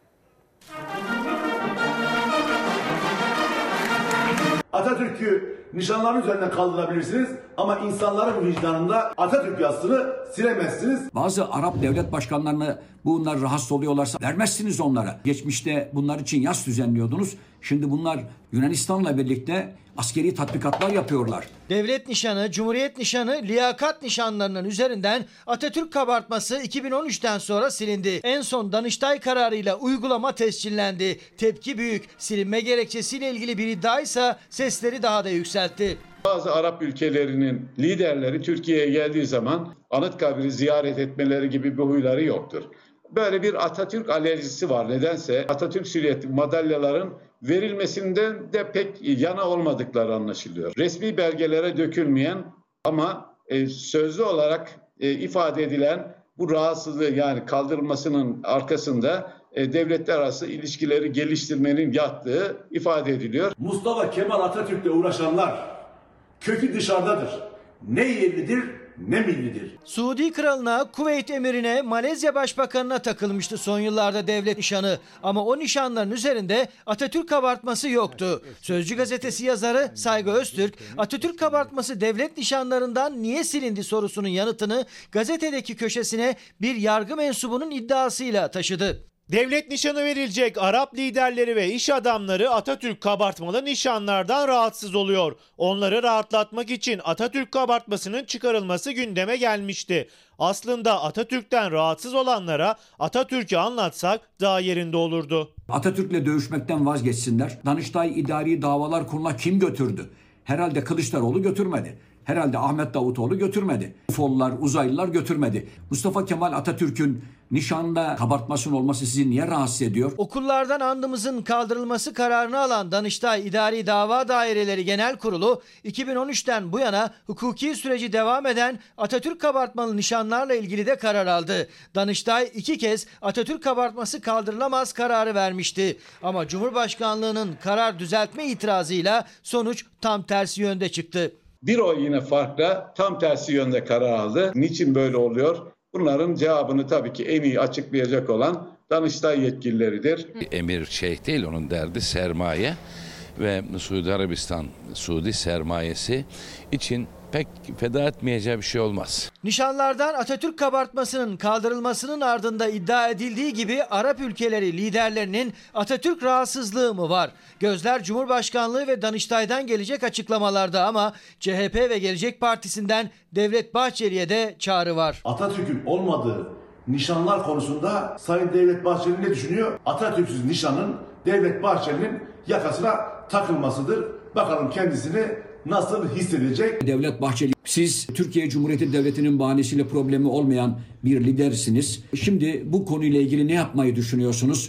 Atatürk'ü nişanların üzerinden kaldırabilirsiniz ama insanların vicdanında Atatürk yazısını silemezsiniz. Bazı Arap devlet başkanlarına bunlar rahatsız oluyorlarsa vermezsiniz onlara. Geçmişte bunlar için yas düzenliyordunuz. Şimdi bunlar Yunanistan'la birlikte askeri tatbikatlar yapıyorlar. Devlet nişanı, Cumhuriyet nişanı, liyakat nişanlarının üzerinden Atatürk kabartması iki bin on üçten sonra silindi. En son Danıştay kararıyla uygulama tescillendi. Tepki büyük. Silinme gerekçesiyle ilgili bir iddia ise sesleri daha da yükseltti. Bazı Arap ülkelerinin liderleri Türkiye'ye geldiği zaman Anıtkabir'i ziyaret etmeleri gibi bir huyları yoktur. Böyle bir Atatürk alerjisi var. Nedense Atatürk silüetli madalyaların verilmesinden de pek yana olmadıkları anlaşılıyor. Resmi belgelere dökülmeyen ama e, sözlü olarak e, ifade edilen bu rahatsızlığı yani kaldırılmasının arkasında e, devletler arası ilişkileri geliştirmenin yattığı ifade ediliyor. Mustafa Kemal Atatürk'le uğraşanlar kökü dışarıdadır. Ne yerlidir ne millidir. Suudi kralına, Kuveyt emirine, Malezya başbakanına takılmıştı son yıllarda devlet nişanı. Ama o nişanların üzerinde Atatürk kabartması yoktu. Sözcü gazetesi yazarı Saygı Öztürk, Atatürk kabartması devlet nişanlarından niye silindi sorusunun yanıtını gazetedeki köşesine bir yargı mensubunun iddiasıyla taşıdı. Devlet nişanı verilecek Arap liderleri ve iş adamları Atatürk kabartmalı nişanlardan rahatsız oluyor. Onları rahatlatmak için Atatürk kabartmasının çıkarılması gündeme gelmişti. Aslında Atatürk'ten rahatsız olanlara Atatürk'ü anlatsak daha yerinde olurdu. Atatürk'le dövüşmekten vazgeçsinler. Danıştay İdari Davalar Kurulu'na kim götürdü? Herhalde Kılıçdaroğlu götürmedi. Herhalde Ahmet Davutoğlu götürmedi. Ufollar, uzaylılar götürmedi. Mustafa Kemal Atatürk'ün nişanda kabartmasının olması sizi niye rahatsız ediyor? Okullardan andımızın kaldırılması kararını alan Danıştay İdari Dava Daireleri Genel Kurulu iki bin on üçten bu yana hukuki süreci devam eden Atatürk kabartmalı nişanlarla ilgili de karar aldı. Danıştay iki kez Atatürk kabartması kaldırılamaz kararı vermişti. Ama Cumhurbaşkanlığının karar düzeltme itirazıyla sonuç tam tersi yönde çıktı. Bir oy yine farkla tam tersi yönde karar aldı. Niçin böyle oluyor? Bunların cevabını tabii ki en iyi açıklayacak olan Danıştay yetkilileridir. Emir şeyh değil, onun derdi sermaye ve Suudi Arabistan, Suudi sermayesi için pek feda etmeyeceği bir şey olmaz. Nişanlardan Atatürk kabartmasının kaldırılmasının ardında iddia edildiği gibi Arap ülkeleri liderlerinin Atatürk rahatsızlığı mı var? Gözler Cumhurbaşkanlığı ve Danıştay'dan gelecek açıklamalarda ama C H P ve Gelecek Partisi'nden Devlet Bahçeli'ye de çağrı var. Atatürk'ün olmadığı nişanlar konusunda Sayın Devlet Bahçeli ne düşünüyor? Atatürk'süz nişanın Devlet Bahçeli'nin yakasına takılmasıdır. Bakalım kendisini nasıl hissedecek? Devlet Bahçeli, siz Türkiye Cumhuriyeti Devleti'nin bahanesiyle problemi olmayan bir lidersiniz. Şimdi bu konuyla ilgili ne yapmayı düşünüyorsunuz?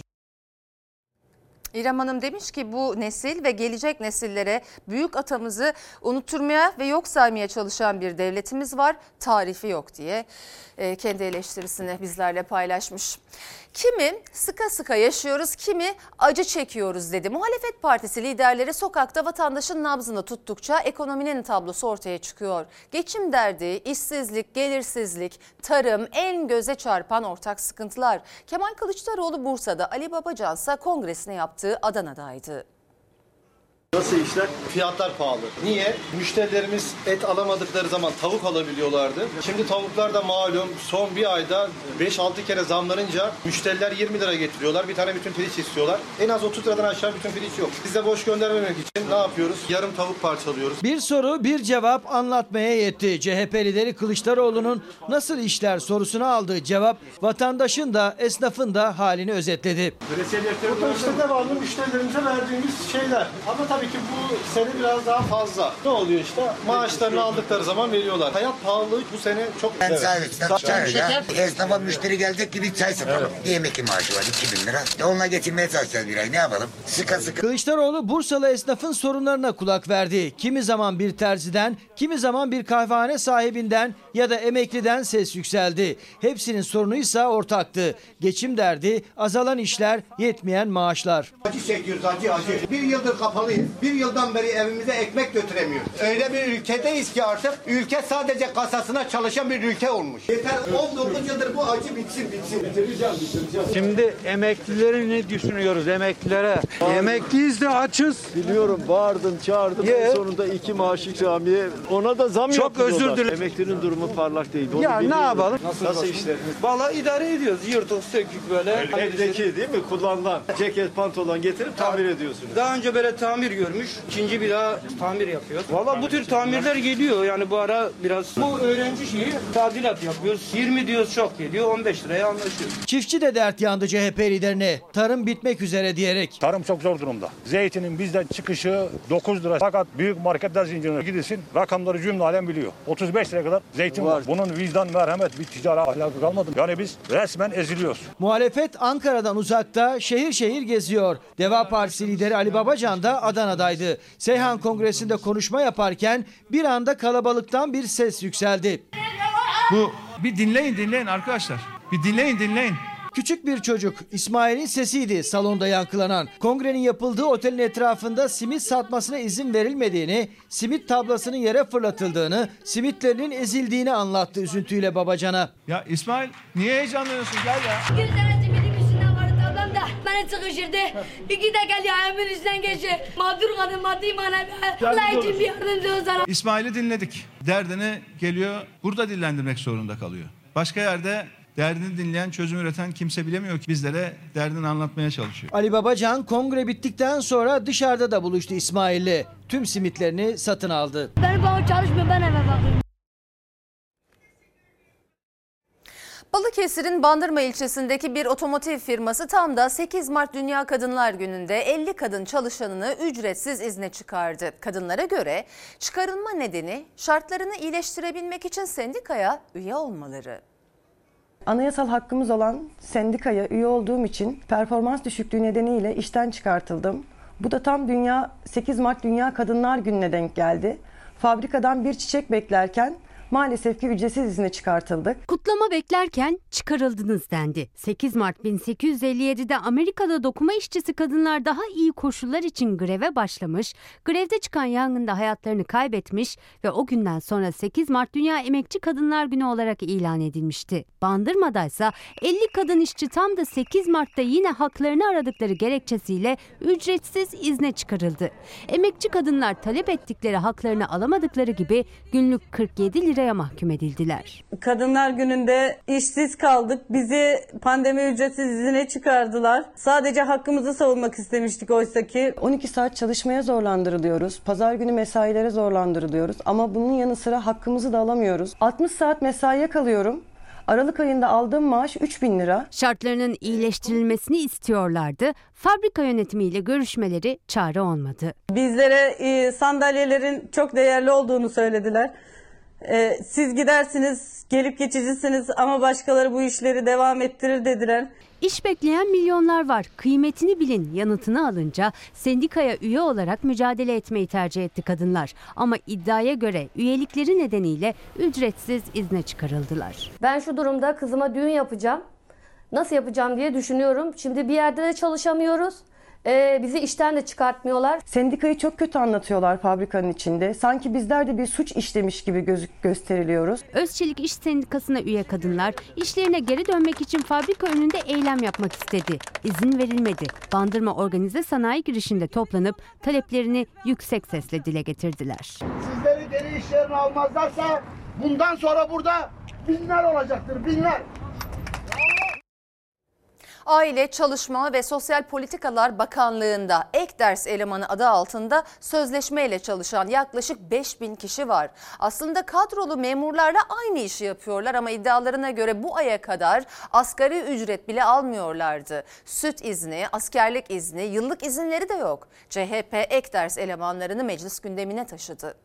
İrem Hanım demiş ki bu nesil ve gelecek nesillere büyük atamızı unutturmaya ve yok saymaya çalışan bir devletimiz var. Tarifi yok diye e, kendi eleştirisini bizlerle paylaşmış. Kimi sıka sıka yaşıyoruz, kimi acı çekiyoruz dedi. Muhalefet partisi liderleri sokakta vatandaşın nabzını tuttukça ekonominin tablosu ortaya çıkıyor. Geçim derdi, işsizlik, gelirsizlik, tarım en göze çarpan ortak sıkıntılar. Kemal Kılıçdaroğlu Bursa'da, Ali Babacan'sa kongresine yaptığı Adana'daydı. Nasıl işler? Fiyatlar pahalı. Niye? Müşterilerimiz et alamadıkları zaman tavuk alabiliyorlardı. Şimdi tavuklar da malum son bir ayda beş altı kere zamlanınca müşteriler yirmi lira getiriyorlar. Bir tane bütün piliç istiyorlar. En az otuz liradan aşağı bütün piliç yok. Biz de boş göndermemek için ne yapıyoruz? Yarım tavuk parçalıyoruz. Bir soru bir cevap anlatmaya yetti. C H P lideri Kılıçdaroğlu'nun nasıl işler sorusuna aldığı cevap vatandaşın da esnafın da halini özetledi. Bu da işte devamlı müşterilerimize verdiğimiz şeyler. Ama tabii tabii ki bu sene biraz daha fazla. Ne oluyor işte? Maaşlarını aldıkları zaman veriyorlar. Hayat pahalılığı bu sene çok... Ben evet. servisten çayla esnafa müşteri gelecek gibi çay satalım. Evet. Bir emekli maaşı var iki bin lira. Onunla geçinmeye çalışacağız bir ay. Ne yapalım? Sıka sıka. Kılıçdaroğlu Bursalı esnafın sorunlarına kulak verdi. Kimi zaman bir terziden, kimi zaman bir kahvehane sahibinden ya da emekliden ses yükseldi. Hepsinin sorunuysa ortaktı. Geçim derdi, azalan işler, yetmeyen maaşlar. Acı çekiyoruz, acı acı. Bir yıldır kapalıyız. Bir yıldan beri evimize ekmek götüremiyoruz. Öyle bir ülkedeyiz ki artık ülke sadece kasasına çalışan bir ülke olmuş. Yeter on dokuz yıldır bu acı bitsin bitsin. Bitireceğim bitireceğim. Şimdi emeklileri ne düşünüyoruz emeklilere? Emekliyiz de açız. Biliyorum, bağırdım çağırdım Ye. en sonunda iki maaş ikramiye. Ona da zam Çok yapıyorlar. özür dilerim. Emeklinin durumu parlak değil. Onu Ya biliyorum. ne yapalım? Nasıl, Nasıl işleriniz? Valla idare ediyoruz. Yırtık sökük böyle. Evdeki değil mi? Kullanılan ceket pantolon getirip tamir ediyorsunuz. Daha önce böyle tamir görmüş. İkinci bir daha tamir yapıyor. Valla bu tür tamirler geliyor. Yani bu ara biraz bu öğrenci şeyi tadilat yapıyoruz. yirmi diyoruz çok geliyor. on beş liraya anlaşıyoruz. Çiftçi de dert yandı C H P liderine. Tarım bitmek üzere diyerek. Tarım çok zor durumda. Zeytinin bizden çıkışı dokuz lira. Fakat büyük marketler zincirine gidilsin. Rakamları cümle alem biliyor. otuz beş liraya kadar zeytin var. var. Bunun vicdan, merhamet, bir ticari ahlakı kalmadı. Yani biz resmen eziliyoruz. Muhalefet Ankara'dan uzakta şehir şehir geziyor. Deva Partisi lideri Ali Babacan da Adana'daydı. Seyhan Kongresi'nde konuşma yaparken bir anda kalabalıktan bir ses yükseldi. Bu bir dinleyin dinleyin arkadaşlar. Bir dinleyin dinleyin. Küçük bir çocuk İsmail'in sesiydi salonda yankılanan. Kongrenin yapıldığı otelin etrafında simit satmasına izin verilmediğini, simit tablasının yere fırlatıldığını, simitlerinin ezildiğini anlattı üzüntüyle Babacan'a. Ya İsmail niye heyecanlanıyorsun, gel ya. Bir tane simitin üstünden vardı tablam da beni sıkıştırdı. İki de gel ayağımın üstünden geçti. Mağdur kadın maddi manevi. Allah için bir yardımcı olsana. İsmail'i dinledik. Derdini geliyor burada dillendirmek zorunda kalıyor. Başka yerde derdini dinleyen, çözüm üreten kimse bilemiyor ki bizlere derdini anlatmaya çalışıyor. Ali Babacan kongre bittikten sonra dışarıda da buluştu İsmail'le. Tüm simitlerini satın aldı. Benim babam çalışmıyor, ben eve bakıyorum. Balıkesir'in Bandırma ilçesindeki bir otomotiv firması tam da sekiz Mart Dünya Kadınlar Günü'nde elli kadın çalışanını ücretsiz izne çıkardı. Kadınlara göre çıkarılma nedeni şartlarını iyileştirebilmek için sendikaya üye olmaları. Anayasal hakkımız olan sendikaya üye olduğum için performans düşüklüğü nedeniyle işten çıkartıldım. Bu da tam dünya sekiz Mart Dünya Kadınlar Günü'ne denk geldi. Fabrikadan bir çiçek beklerken maalesef ki ücretsiz izne çıkartıldık. Kutlama beklerken çıkarıldınız dendi. sekiz Mart bin sekiz yüz elli yedi'de Amerika'da dokuma işçisi kadınlar daha iyi koşullar için greve başlamış, grevde çıkan yangında hayatlarını kaybetmiş ve o günden sonra sekiz Mart Dünya Emekçi Kadınlar Günü olarak ilan edilmişti. Bandırma'daysa elli kadın işçi tam da sekiz Mart'ta yine haklarını aradıkları gerekçesiyle ücretsiz izne çıkarıldı. Emekçi kadınlar talep ettikleri haklarını alamadıkları gibi günlük kırk yedi liraya mahkum edildiler. Kadınlar Günü'nde işsiz kaldık. Bizi pandemi ücretsiz izine çıkardılar. Sadece hakkımızı savunmak istemiştik oysaki. on iki saat çalışmaya zorlandırılıyoruz. Pazar günü mesailere zorlandırılıyoruz. Ama bunun yanı sıra hakkımızı da alamıyoruz. altmış saat mesaiye kalıyorum. Aralık ayında aldığım maaş üç bin lira. Şartlarının iyileştirilmesini istiyorlardı. Fabrika yönetimiyle görüşmeleri çare olmadı. Bizlere e, sandalyelerin çok değerli olduğunu söylediler. E, siz gidersiniz, gelip geçicisiniz ama başkaları bu işleri devam ettirir dediler. İş bekleyen milyonlar var. Kıymetini bilin yanıtını alınca sendikaya üye olarak mücadele etmeyi tercih etti kadınlar. Ama iddiaya göre üyelikleri nedeniyle ücretsiz izne çıkarıldılar. Ben şu durumda kızıma düğün yapacağım. Nasıl yapacağım diye düşünüyorum. Şimdi bir yerde de çalışamıyoruz. Ee, bizi işten de çıkartmıyorlar. Sendikayı çok kötü anlatıyorlar fabrikanın içinde. Sanki bizler de bir suç işlemiş gibi gözük gösteriliyoruz. Özçelik İş Sendikası'na üye kadınlar işlerine geri dönmek için fabrika önünde eylem yapmak istedi. İzin verilmedi. Bandırma Organize Sanayi girişinde toplanıp taleplerini yüksek sesle dile getirdiler. Sizleri geri işlerine almazlarsa bundan sonra burada binler olacaktır, binler. Aile, Çalışma ve Sosyal Politikalar Bakanlığı'nda ek ders elemanı adı altında sözleşmeyle çalışan yaklaşık beş bin kişi var. Aslında kadrolu memurlarla aynı işi yapıyorlar ama iddialarına göre bu aya kadar asgari ücret bile almıyorlardı. Süt izni, askerlik izni, yıllık izinleri de yok. C H P ek ders elemanlarını meclis gündemine taşıdı.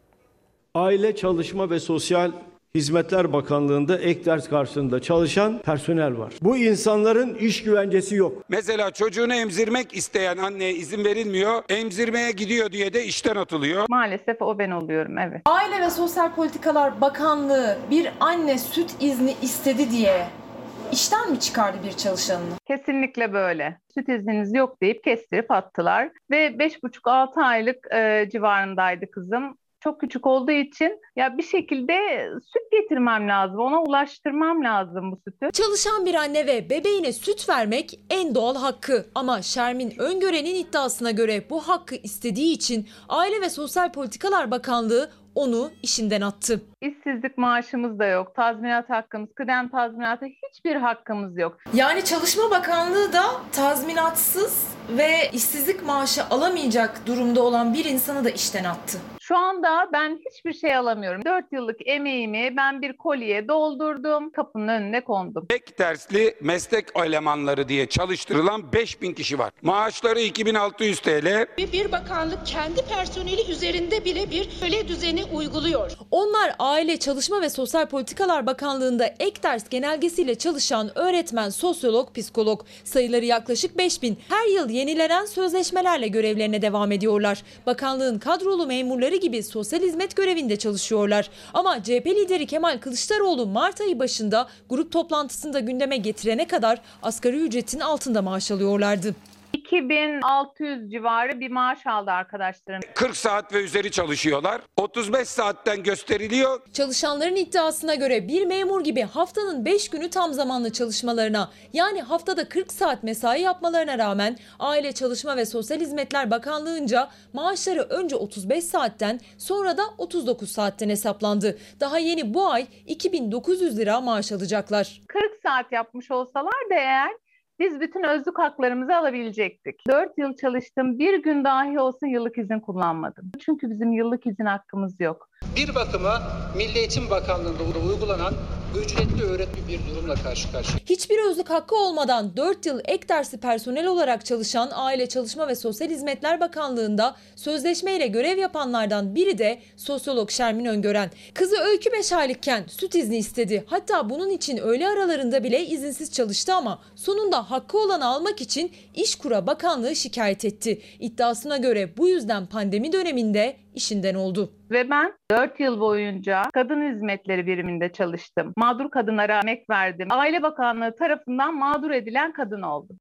Aile, Çalışma ve Sosyal Hizmetler Bakanlığı'nda ek ders karşılığında çalışan personel var. Bu insanların iş güvencesi yok. Mesela çocuğunu emzirmek isteyen anneye izin verilmiyor. Emzirmeye gidiyor diye de işten atılıyor. Maalesef o ben oluyorum, evet. Aile ve Sosyal Politikalar Bakanlığı bir anne süt izni istedi diye işten mi çıkardı bir çalışanını? Kesinlikle böyle. Süt izniniz yok deyip kestirip attılar. Ve beş buçuk altı aylık e, civarındaydı kızım. Çok küçük olduğu için ya bir şekilde süt getirmem lazım. Ona ulaştırmam lazım bu sütü. Çalışan bir anne ve bebeğine süt vermek en doğal hakkı. Ama Şermin Öngören'in iddiasına göre bu hakkı istediği için Aile ve Sosyal Politikalar Bakanlığı onu işinden attı. İşsizlik maaşımız da yok. Tazminat hakkımız, kıdem tazminatı hiçbir hakkımız yok. Yani Çalışma Bakanlığı da tazminatsız ve işsizlik maaşı alamayacak durumda olan bir insanı da işten attı. Şu anda ben hiçbir şey alamıyorum. dört yıllık emeğimi ben bir kolye doldurdum, kapının önüne kondum. Ek dersli meslek elemanları diye çalıştırılan beş bin kişi var. Maaşları iki bin altı yüz TL. Bir bakanlık kendi personeli üzerinde bile bir köle düzeni uyguluyor. Onlar Aile, Çalışma ve Sosyal Politikalar Bakanlığı'nda ek ders genelgesiyle çalışan öğretmen, sosyolog, psikolog. Sayıları yaklaşık beş bin. Her yıl yenilenen sözleşmelerle görevlerine devam ediyorlar. Bakanlığın kadrolu memurları gibi sosyal hizmet görevinde çalışıyorlar. Ama C H P lideri Kemal Kılıçdaroğlu Mart ayı başında grup toplantısında gündeme getirene kadar asgari ücretin altında maaş alıyorlardı. iki bin altı yüz civarı bir maaş aldı arkadaşlarım. kırk saat ve üzeri çalışıyorlar. otuz beş saatten gösteriliyor. Çalışanların iddiasına göre bir memur gibi haftanın beş günü tam zamanlı çalışmalarına, yani haftada kırk saat mesai yapmalarına rağmen Aile, Çalışma ve Sosyal Hizmetler Bakanlığı'nca maaşları önce otuz beş saatten sonra da otuz dokuz saatten hesaplandı. Daha yeni bu ay iki bin dokuz yüz lira maaş alacaklar. kırk saat yapmış olsalar da eğer biz bütün özlük haklarımızı alabilecektik. dört yıl çalıştım, bir gün dahi olsa yıllık izin kullanmadım. Çünkü bizim yıllık izin hakkımız yok. Bir bakıma Milli Eğitim Bakanlığı'nda uygulanan ücretli öğretme bir durumla karşı karşıya. Hiçbir özlük hakkı olmadan dört yıl ek dersli personel olarak çalışan Aile, Çalışma ve Sosyal Hizmetler Bakanlığı'nda sözleşmeyle görev yapanlardan biri de sosyolog Şermin Öngören. Kızı Öykü beş aylıkken süt izni istedi. Hatta bunun için öğle aralarında bile izinsiz çalıştı ama sonunda hakkı olanı almak için İşkur'a Bakanlığı şikayet etti. İddiasına göre bu yüzden pandemi döneminde işinden oldu. Ve ben dört yıl boyunca kadın hizmetleri biriminde çalıştım. Mağdur kadınlara emek verdim. Aile Bakanlığı tarafından mağdur edilen kadın oldum.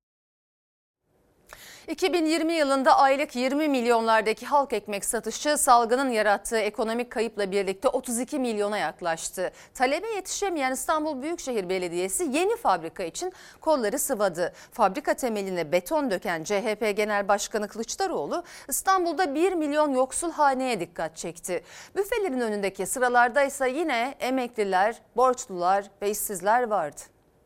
iki bin yirmi yılında aylık yirmi milyonlardaki halk ekmek satışı salgının yarattığı ekonomik kayıpla birlikte otuz iki milyona yaklaştı. Talebe yetişemeyen İstanbul Büyükşehir Belediyesi yeni fabrika için kolları sıvadı. Fabrika temeline beton döken C H P Genel Başkanı Kılıçdaroğlu İstanbul'da bir milyon yoksul haneye dikkat çekti. Büfelerin önündeki sıralarda ise yine emekliler, borçlular ve işsizler vardı.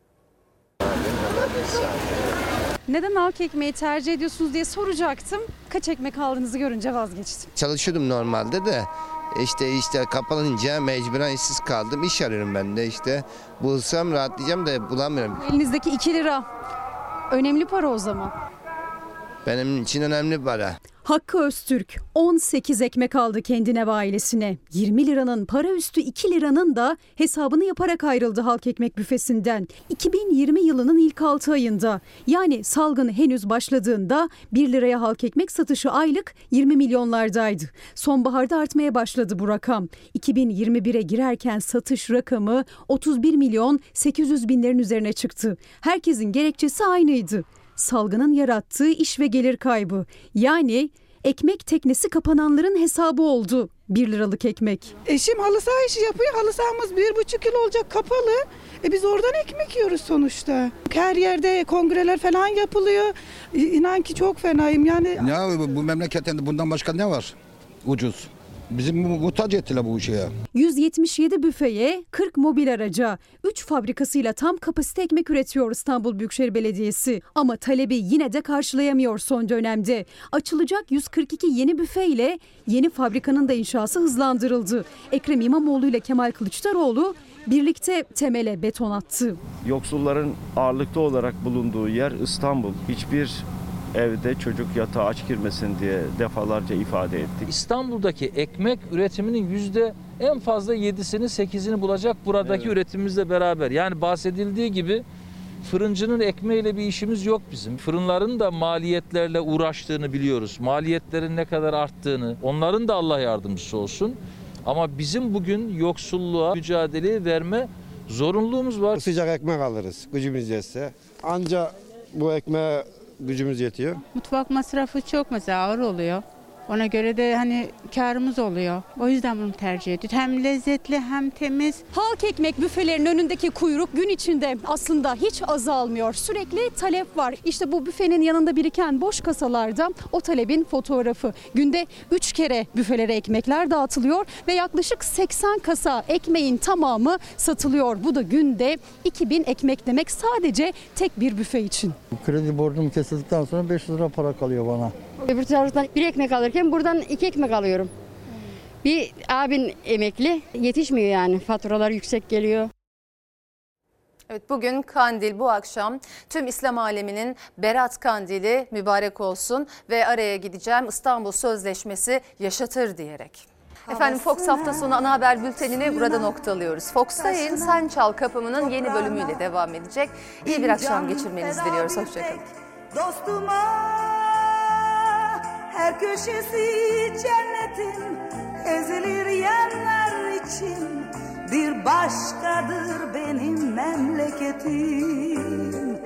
Neden halk ekmeği tercih ediyorsunuz diye soracaktım. Kaç ekmek aldığınızı görünce vazgeçtim. Çalışıyordum normalde de işte işte kapanınca mecburen işsiz kaldım. İş arıyorum ben de işte. Bulsam rahatlayacağım da bulamıyorum. Elinizdeki iki lira önemli para o zaman. Benim için önemli para. Hakkı Öztürk on sekiz ekmek aldı kendine ve ailesine. yirmi liranın para üstü iki liranın da hesabını yaparak ayrıldı halk ekmek büfesinden. iki bin yirmi yılının ilk altı ayında, yani salgın henüz başladığında bir liraya halk ekmek satışı aylık yirmi milyonlardaydı. Sonbaharda artmaya başladı bu rakam. iki bin yirmi bire girerken satış rakamı otuz bir milyon sekiz yüz binlerin üzerine çıktı. Herkesin gerekçesi aynıydı. Salgının yarattığı iş ve gelir kaybı. Yani ekmek teknesi kapananların hesabı oldu bir liralık ekmek. Eşim halı saha işi yapıyor. Halı sahamız bir buçuk yıl olacak kapalı. E biz oradan ekmek yiyoruz sonuçta. Her yerde kongreler falan yapılıyor. İnan ki çok fenayım yani. Ya bu memleketten bundan başka ne var? Ucuz. Bizim muhtaç ettiler bu şeye. yüz yetmiş yedi büfeye, kırk mobil araca, üç fabrikasıyla tam kapasite ekmek üretiyor İstanbul Büyükşehir Belediyesi. Ama talebi yine de karşılayamıyor son dönemde. Açılacak yüz kırk iki yeni büfe ile yeni fabrikanın da inşası hızlandırıldı. Ekrem İmamoğlu ile Kemal Kılıçdaroğlu birlikte temele beton attı. Yoksulların ağırlıklı olarak bulunduğu yer İstanbul. Hiçbir evde çocuk yatağa aç girmesin diye defalarca ifade ettik. İstanbul'daki ekmek üretiminin yüzde en fazla yedisini sekizini bulacak buradaki evet. üretimimizle beraber. Yani bahsedildiği gibi fırıncının ekmeğiyle bir işimiz yok bizim. Fırınların da maliyetlerle uğraştığını biliyoruz. Maliyetlerin ne kadar arttığını, onların da Allah yardımcısı olsun. Ama bizim bugün yoksulluğa mücadele verme zorunluluğumuz var. Sıcak ekmek alırız gücümüz yetse. Anca bu ekmeğe gücümüz yetiyor. Mutfak masrafı çok mesela ağır oluyor. Ona göre de hani karımız oluyor. O yüzden bunu tercih ediyoruz. Hem lezzetli hem temiz. Halk ekmek büfelerinin önündeki kuyruk gün içinde aslında hiç azalmıyor. Sürekli talep var. İşte bu büfenin yanında biriken boş kasalarda o talebin fotoğrafı. Günde üç kere büfelere ekmekler dağıtılıyor ve yaklaşık seksen kasa ekmeğin tamamı satılıyor. Bu da günde iki bin ekmek demek sadece tek bir büfe için. Kredi borcum kesildikten sonra beş yüz lira para kalıyor bana. Öbür taraftan bir ekmek alırken buradan iki ekmek alıyorum. Bir abin emekli, yetişmiyor yani, faturalar yüksek geliyor. Evet, bugün Kandil, bu akşam tüm İslam aleminin Berat Kandili mübarek olsun ve araya gideceğim, İstanbul Sözleşmesi yaşatır diyerek. Efendim, Fox hafta sonu ana haber bültenini burada noktalıyoruz. Fox'ta yayın Sen Çal Kapımı'nın yeni bölümüyle devam edecek. İyi bir akşam geçirmenizi diliyoruz. Hoşçakalın. Dostuma her köşesi cennetin, ezilir yerler için bir başkadır benim memleketim.